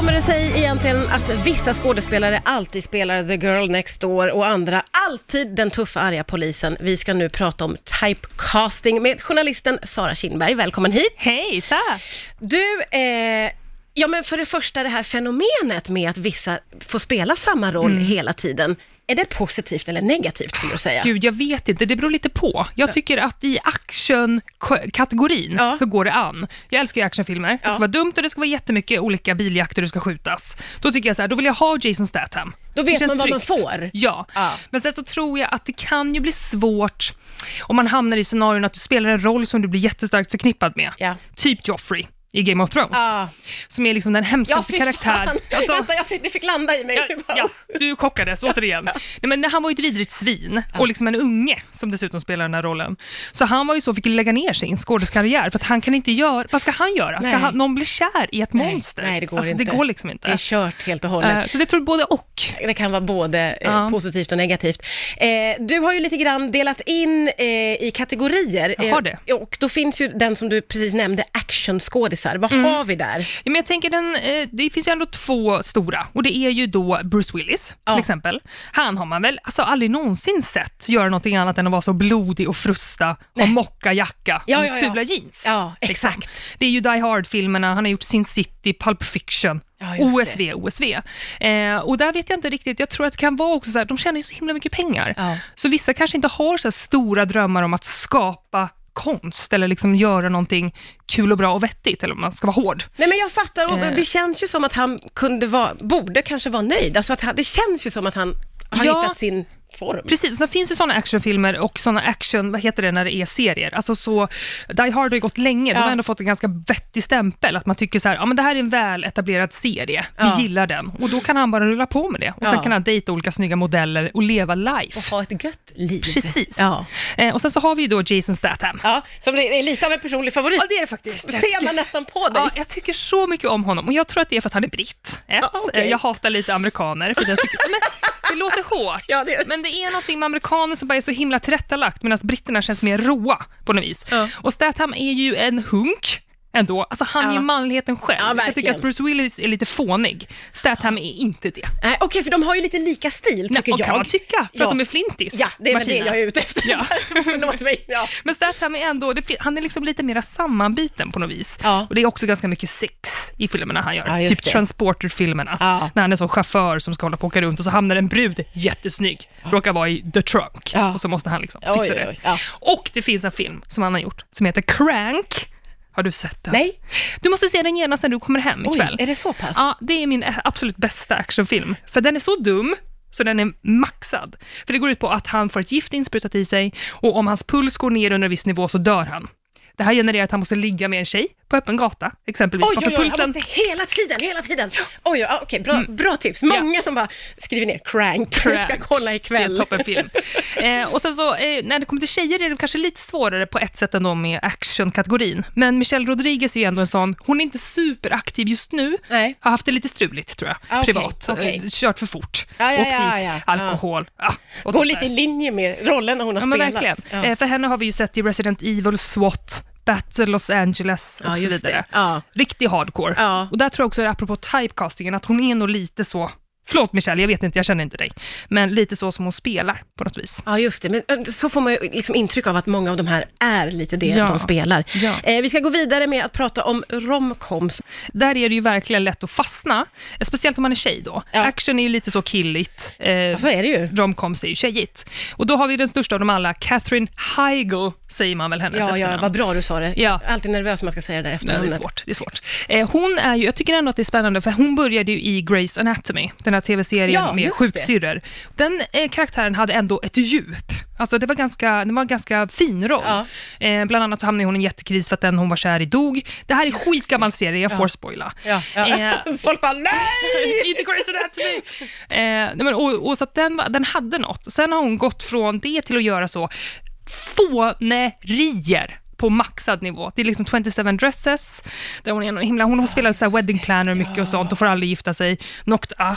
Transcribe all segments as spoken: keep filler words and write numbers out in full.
kommer det sig egentligen att vissa skådespelare alltid spelar The Girl Next Door och andra alltid den tuffa, arga polisen? Vi ska nu prata om typecasting med journalisten Sara Kindberg. Välkommen hit. Hej, tack. Du, eh, ja men för det första det här fenomenet med att vissa får spela samma roll mm. hela tiden. Är det positivt eller negativt, skulle du säga? Gud, jag vet inte. Det beror lite på. Jag tycker att i action-kategorin ja. så går det an. Jag älskar ju actionfilmer. Ja. Det ska vara dumt och det ska vara jättemycket olika biljakter och det ska skjutas. Då tycker jag så här, då vill jag ha Jason Statham. Då vet man vad tryggt. man får. Ja. ja, men sen så tror jag att det kan ju bli svårt om man hamnar i scenarion att du spelar en roll som du blir jättestarkt förknippad med. Ja. Typ Joffrey i Game of Thrones. Ah. Som är liksom den hemskaste ja, karaktär. Alltså, Vänta, jag fick, det fick landa i mig. Ja, ja, du chockades återigen. Nej, men han var ju ett vidrigt svin. Ah. Och liksom en unge som dessutom spelar den här rollen. Så han var ju så, fick lägga ner sin skådeskarriär. För att han kan inte göra, vad ska han göra? Ska han, någon bli kär i ett nej. monster? Nej, det går alltså, inte. Det går liksom inte. Det är kört helt och hållet. Uh, så det tror jag både och. Det kan vara både eh, uh. positivt och negativt. Eh, du har ju lite grann delat in eh, i kategorier. Jag har det. Eh, och då finns ju den som du precis nämnde, actionskådisar. Vad mm. har vi där? Ja, men jag tänker den, eh, det finns ju ändå två stora. Och det är ju då Bruce Willis ja. till exempel. Han har man väl alltså aldrig någonsin sett göra någonting annat än att vara så blodig och frusta och mocka jacka ja, och ja, ja. fula jeans. Ja, exakt. Liksom. Det är ju Die Hard-filmerna, han har gjort Sin City, Pulp Fiction, ja, O S V, O S V. Eh, och där vet jag inte riktigt, jag tror att det kan vara också så här, de tjänar ju så himla mycket pengar. Ja. Så vissa kanske inte har så här stora drömmar om att skapa konst eller liksom göra någonting kul och bra och vettigt, eller om man ska vara hård. Nej, men jag fattar, och det känns ju som att han kunde vara, borde kanske vara nöjd. Alltså att han, det känns ju som att han har ja. hittat sin form. Precis, och så finns ju sådana actionfilmer och sådana action, vad heter det när det är serier? Alltså så, Die Hard har ju gått länge, ja. de har ändå fått en ganska vettig stämpel, att man tycker så här, ja men det här är en väl etablerad serie, vi ja. gillar den, och då kan han bara rulla på med det, och ja. sen kan han dejta olika snygga modeller och leva life. Och ha ett gött liv. Precis. Ja. Eh, och sen så har vi ju då Jason Statham. Ja, som det är lite av en personlig favorit. Ja, det är det faktiskt. Det ser man nästan på dig. Ja, jag tycker så mycket om honom, och jag tror att det är för att han är britt. Ett, ja, okay. eh, jag hatar lite amerikaner, för jag tycker, men det låter hårt, ja, det är... men det är någonting med amerikaner som bara är så himla tillrättalagt, medan britterna känns mer råa på något vis. Ja. Och Statham är ju en hunk ändå. Alltså han ja. är ju manligheten själv. Ja, jag tycker att Bruce Willis är lite fånig. Statham är inte det. Nej, okej, okay, för de har ju lite lika stil, tycker Nej, jag. kan man tycka, för ja. att de är flintis. Ja, det är väl det Martina. jag är ute efter. Ja. Förlåt mig. Ja. Men Statham är ändå, det, han är liksom lite mer sammanbiten på något vis. Ja. Och det är också ganska mycket sex i filmerna han gör. Ja, typ det. Transporter-filmerna. Ja. När han är som chaufför som ska hålla på åka runt, och så hamnar en brud jättesnygg. Ja. Råkar vara i the trunk. Ja. Och så måste han liksom fixa oj, det. Oj, ja. Och det finns en film som han har gjort som heter Crank. Har du sett den? Nej. Du måste se den gärna när du kommer hem ikväll. Oj, är det så pass? Ja, det är min absolut bästa actionfilm. För den är så dum så den är maxad. För det går ut på att han får ett gift insprutat i sig, och om hans puls går ner under en viss nivå så dör han. Det här genererar att han måste ligga med en tjej på öppen gata, exempelvis. Oj, oj, oj, pulsen... han måste hela tiden, hela tiden. Oj, oj, okej, bra, mm. bra tips. Många ja. som bara skriver ner Crank. Crank. Jag ska kolla ikväll. Det är toppenfilm. eh, och sen så, eh, när det kommer till tjejer är det kanske lite svårare på ett sätt ändå med action-kategorin. Men Michelle Rodriguez är ju ändå en sån, hon är inte superaktiv just nu. Nej. Har haft det lite struligt, tror jag. Okay, privat. Okay. Eh, kört för fort. Ja, ja, Åkt ja, dit, ja. alkohol. Ja. Ja, Går lite i linje med rollen hon har ja, spelat. Men verkligen. Ja. Eh, för henne har vi ju sett i Resident Evil, SWAT, Battle Los Angeles och ja, så vidare. Ja. Riktig hardcore. Ja. Och där tror jag också, apropå typecastingen, att hon är nog lite så... Förlåt Michelle, jag vet inte, jag känner inte dig. Men lite så som hon spelar på något vis. Ja, just det. Men så får man ju liksom intryck av att många av de här är lite det ja. de spelar. Ja. Eh, vi ska gå vidare med att prata om romcoms. Där är det ju verkligen lätt att fastna. Speciellt om man är tjej då. Ja. Action är ju lite så killigt. Eh, ja, så är det ju. Romcoms är ju tjejigt. Och då har vi den största av dem alla, Katherine Heigl, säger man väl hennes ja, efternamn. Ja, vad bra du sa det. Ja. Alltid nervös om man ska säga det där efternamnet. Det är svårt, det är svårt. Eh, hon är ju, jag tycker ändå att det är spännande, för hon började ju i Grey's Anatomy, den här tv-serien ja, med sjuksyrror. Den eh, karaktären hade ändå ett djup. Alltså det var ganska, det var en ganska fin roll. Ja. Eh, bland annat så hamnade hon i en jättekris för att den hon var kär i dog. Det här är skitgammal serie, jag ja. får spoila. Ja. Ja. Eh, Folk bara, nej! Inte Grey's Anatomy! Eh, men, och, och så att den, den hade något. Sen har hon gått från det till att göra så fånerier på maxad nivå. Det är liksom tjugosju Dresses, där hon är himla, hon har spelat så här wedding planner mycket och sånt och får aldrig gifta sig. Knocked Up,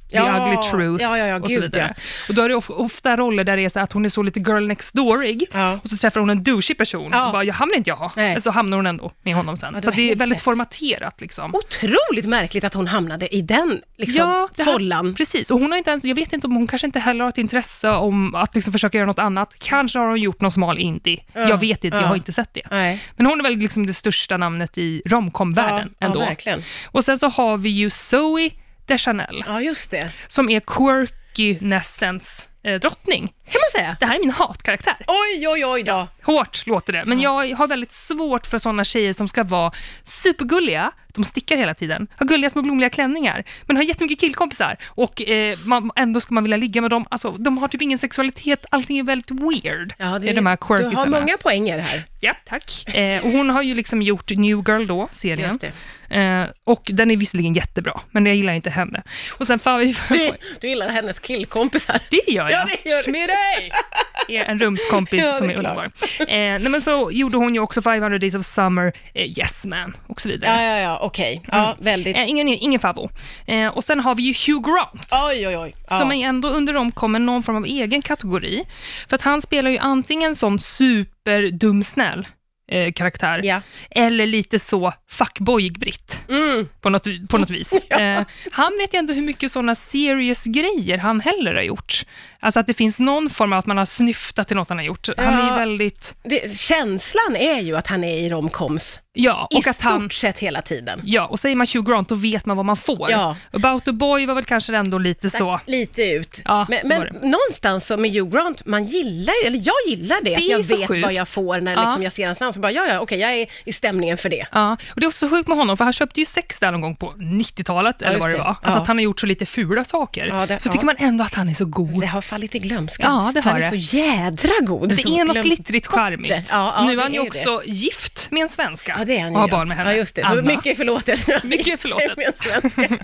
The ja, Ugly Truth ja, ja, ja, och så gud, vidare. ja. Och då är det ofta roller där det är så att hon är så lite girl next doorig ja. och så träffar hon en douchig person ja. och bara, jag hamnar inte jag ha. Men så hamnar hon ändå med honom sen. Ja, det så det är väldigt rätt. formaterat liksom. Otroligt märkligt att hon hamnade i den liksom, ja, här, follan. Precis, och hon har inte ens, jag vet inte om hon kanske inte heller har ett intresse om att liksom försöka göra något annat. Kanske har hon gjort någon smal indie. Ja. Jag vet inte, ja. jag har inte sett det. Nej. Men hon är väl liksom det största namnet i romcom-världen ja, ändå. Ja, verkligen. Och sen så har vi ju Zoe Deschanel. Ja, just det. Som är quirky-nessens eh, drottning. Kan man säga? Det här är min hatkaraktär. Oj, oj, oj då. Ja, hårt låter det. Men ja. jag har väldigt svårt för sådana tjejer som ska vara supergulliga. De stickar hela tiden. Har gulliga små blomliga klänningar. Men har jättemycket killkompisar. Och eh, man, ändå ska man vilja ligga med dem. Alltså, de har typ ingen sexualitet. Allting är väldigt weird. Ja, det är, de här quirkisarna. Du har många poänger här. Ja, tack. Eh, och hon har ju liksom gjort New Girl då, serien. Just det. Eh, och den är visserligen jättebra, men jag gillar inte henne. Och sen fan, du, du gillar hennes killkompisar. Det gör jag. Ja, det gör Schmidej! Är en rumskompis ja, som är, är underbar. Eh, nej, men så gjorde hon ju också five hundred Days of Summer, eh, Yes Man och så vidare. Ja, ja, ja, okej. Okay. Ja, mm. väldigt. Eh, ingen, ingen favvo. Eh, och sen har vi ju Hugh Grant. Oj, oj, oj. Ja. Som är ändå under dem kommer någon form av egen kategori. För att han spelar ju antingen sån superdumsnäll Eh, karaktär. Ja. Eller lite så fuckboyig britt. Mm. På något, på något vis. Ja. Eh, han vet ju ändå hur mycket sådana serious grejer han heller har gjort. Alltså att det finns någon form av att man har snyftat till något han har gjort. Ja. Han är väldigt... Det, känslan är ju att han är i romcoms. Ja, och I att stort han... sett hela tiden. Ja, och säger man Hugh Grant då vet man vad man får. Ja. About the Boy var väl kanske ändå lite Exakt, så... Lite ut. Ja, men men någonstans så med Hugh Grant, man gillar ju, eller jag gillar det, det att jag vet sjukt. vad jag får när ja. liksom jag ser hans namn. Så bara, ja, ja, okej, jag är i stämningen för det. Ja, och det är också så sjukt med honom, för han köpte ju sex där någon gång på nittiotalet, ja, eller vad det, det var. Alltså ja. att han har gjort så lite fula saker. Ja, det, så ja. tycker man ändå att han är så god. Det har fallit i glömska. Ja, det har han det. är så jädra god. Det är något glittrigt charmigt. Ja, ja, nu är han ju också det. gift med en svenska. Ja, det är han ju. Och har barn med henne. Ja, just det. Så mycket förlåtet. Mycket förlåtet. Med en svenska.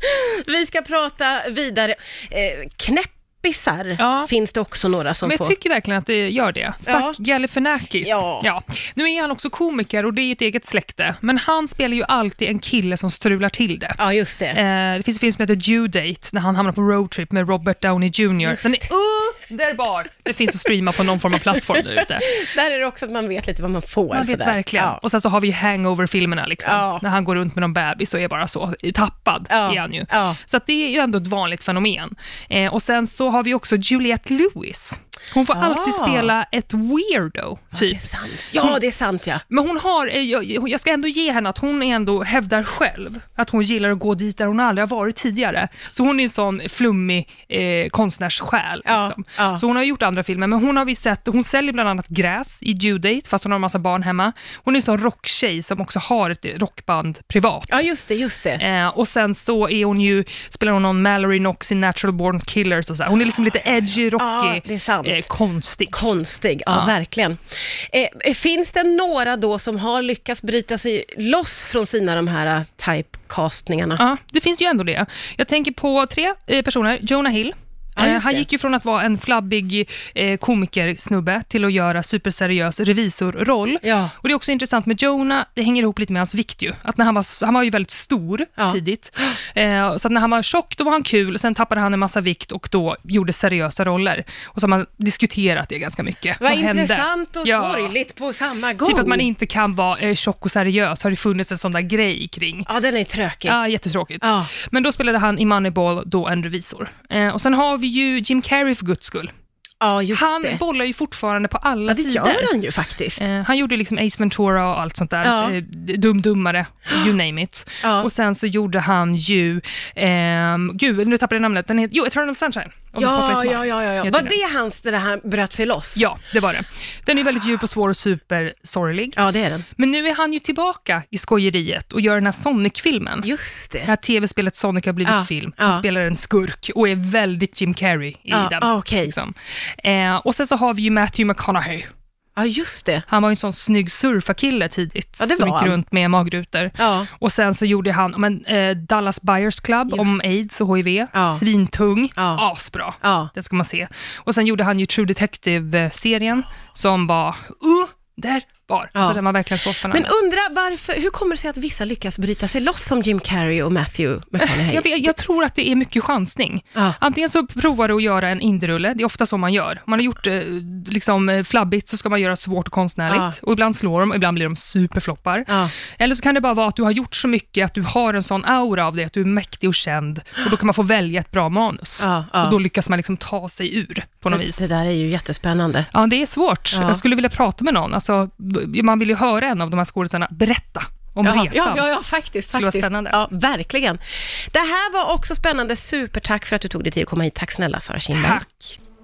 Vi ska prata vidare. Eh, knäpp Ja. Finns det också några som Men jag får... tycker verkligen att det gör det. Zach ja. Galifianakis. Ja. Ja. Nu är han också komiker och det är ju ett eget släkte. Men han spelar ju alltid en kille som strular till det. Ja, just det. Eh, det finns en film som heter Due Date när han hamnar på roadtrip med Robert Downey junior Just. Den är underbar. Det finns att streama på någon form av plattform där ute. Där är det också att man vet lite vad man får. Man vet där. verkligen. Ja. Och sen så har vi Hangover-filmerna liksom. Ja. När han går runt med någon bebis så är bara så tappad ja. är han ju. Ja. Så att det är ju ändå ett vanligt fenomen. Eh, och sen så har vi också Juliette Lewis. Hon får ah. alltid spela ett weirdo, typ. Ja, det är sant. Ja, det är sant, ja. Men hon har, jag, jag ska ändå ge henne att hon ändå hävdar själv att hon gillar att gå dit där hon aldrig har varit tidigare. Så hon är en sån flummig eh, konstnärssjäl. Ja, liksom. ja. Så hon har gjort andra filmer, men hon har vi sett, hon säljer bland annat gräs i Due Date, fast hon har en massa barn hemma. Hon är en sån rocktjej som också har ett rockband privat. Ja, just det, just det. Eh, och sen så är hon ju, spelar hon någon Mallory Knox i Natural Born Killers och så här. Hon är liksom lite edgy, rockig. Ja, det är sant. Eh, konstig. Konstig, ja, ja. verkligen. Eh, finns det några då som har lyckats bryta sig loss från sina de här uh, typecastningarna? Ja, det finns ju ändå det. Jag tänker på tre eh, personer. Jonah Hill. Ja, eh, han gick ju från att vara en flabbig eh, komikersnubbe till att göra superseriös revisorroll. Ja. Och det är också intressant med Jonah, det hänger ihop lite med hans vikt ju. Att när han var, han var ju väldigt stor ja. tidigt. Eh, så att när han var tjock då var han kul, sen tappade han en massa vikt och då gjorde seriösa roller. Och så har man diskuterat det ganska mycket. Vad, Vad intressant och ja. sorgligt på samma gång. Typ att man inte kan vara eh, tjock och seriös, har det funnits en sån där grej kring. Ja, den är tråkig. Ja, jättetråkigt. Ja. Men då spelade han i Moneyball då en revisor. Eh, och sen har vi ju Jim Carrey för guds skull. Ja, just han det. bollar ju fortfarande på alla ja, det sidor. Det gör han ju faktiskt. Eh, han gjorde liksom Ace Ventura och allt sånt där. Ja. Eh, dum-dummare, you name it. Ja. Och sen så gjorde han ju... Eh, gud, nu tappade jag namnet. Den heter, jo, Eternal Sunshine. Ja, ja, ja, ja. Var det hans där han bröt sig loss? Ja, det var det. Den är väldigt djup och svår och supersorglig. Ja, det är den. Men nu är han ju tillbaka i skojeriet och gör den här Sonic-filmen. Just det. Det här tv-spelet Sonic har blivit ja, film. Ja. Han spelar en skurk och är väldigt Jim Carrey i ja, den. Ah, okay. liksom. eh, och sen så har vi ju Matthew McConaughey. Ja, just det. Han var ju en sån snygg surfarkille tidigt. Ja, det som var gick han. runt med magrutor. Ja. Och sen så gjorde han men, eh, Dallas Buyers Club just. om AIDS och H I V. Ja. Svintung. Ja. Asbra. Ja. Det ska man se. Och sen gjorde han ju True Detective-serien som var... Uh, där var. Ja. Så den var verkligen så spännande. Men undra varför, hur kommer det sig att vissa lyckas bryta sig loss som Jim Carrey och Matthew McConaughey? Jag, vet, jag tror att det är mycket chansning. Ja. Antingen så provar du att göra en indie-rulle, det är ofta så man gör. Om man har gjort liksom flabbigt så ska man göra svårt och konstnärligt. Ja. Och ibland slår de, ibland blir de superfloppar. Ja. Eller så kan det bara vara att du har gjort så mycket att du har en sån aura av det, att du är mäktig och känd. Och då kan man få välja ett bra manus. Ja, ja. Och då lyckas man liksom ta sig ur på något det, vis. Det där är ju jättespännande. Ja, det är svårt. Ja. Jag skulle vilja prata med någon. Alltså, man vill ju höra en av de här skådespelarna berätta om ja, resan. Ja, ja, ja, faktiskt. Det faktiskt. Spännande. Ja, verkligen. Det här var också spännande. Supertack för att du tog dig tid att komma hit. Tack snälla, Sara Kindberg. Tack.